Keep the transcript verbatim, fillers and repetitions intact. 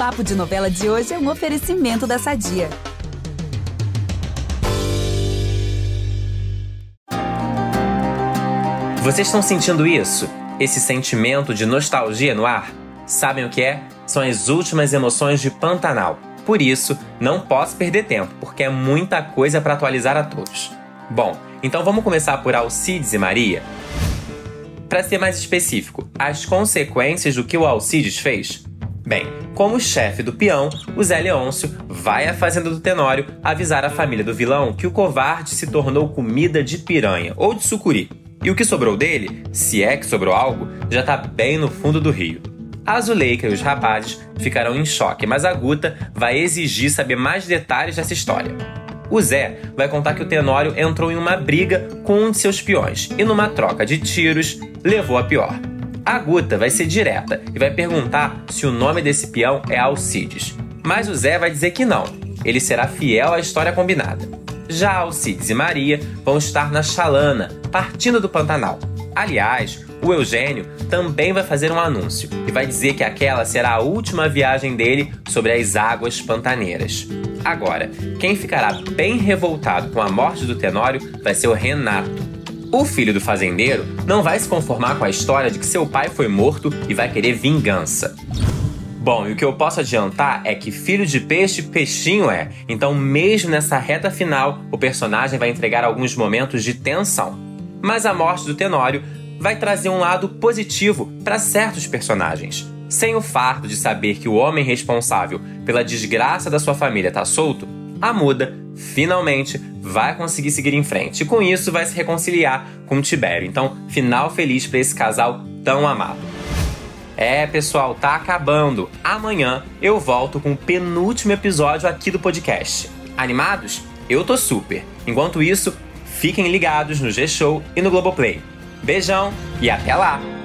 Papo de Novela de hoje é um oferecimento da Sadia. Vocês estão sentindo isso? Esse sentimento de nostalgia no ar? Sabem o que é? São as últimas emoções de Pantanal. Por isso, não posso perder tempo, porque é muita coisa para atualizar a todos. Bom, então vamos começar por Alcides e Maria? Para ser mais específico, as consequências do que o Alcides fez? Bem, como chefe do peão, o Zé Leôncio vai à fazenda do Tenório avisar a família do vilão que o covarde se tornou comida de piranha ou de sucuri. E o que sobrou dele, se é que sobrou algo, já tá bem no fundo do rio. A Zuleika e os rapazes ficarão em choque, mas a Guta vai exigir saber mais detalhes dessa história. O Zé vai contar que o Tenório entrou em uma briga com um de seus peões e numa troca de tiros, levou a pior. A Guta vai ser direta e vai perguntar se o nome desse peão é Alcides. Mas o Zé vai dizer que não, ele será fiel à história combinada. Já Alcides e Maria vão estar na Chalana, partindo do Pantanal. Aliás, o Eugênio também vai fazer um anúncio e vai dizer que aquela será a última viagem dele sobre as águas pantaneiras. Agora, quem ficará bem revoltado com a morte do Tenório vai ser o Renato. O filho do fazendeiro não vai se conformar com a história de que seu pai foi morto e vai querer vingança. Bom, e o que eu posso adiantar é que filho de peixe, peixinho é. Então, mesmo nessa reta final, o personagem vai entregar alguns momentos de tensão. Mas a morte do Tenório vai trazer um lado positivo para certos personagens. Sem o fardo de saber que o homem responsável pela desgraça da sua família está solto, a Muda, finalmente, vai conseguir seguir em frente. E com isso vai se reconciliar com o Tibério. Então, final feliz para esse casal tão amado. É, pessoal, tá acabando. Amanhã eu volto com o penúltimo episódio aqui do podcast. Animados? Eu tô super. Enquanto isso, fiquem ligados no G-Show e no Globoplay. Beijão e até lá!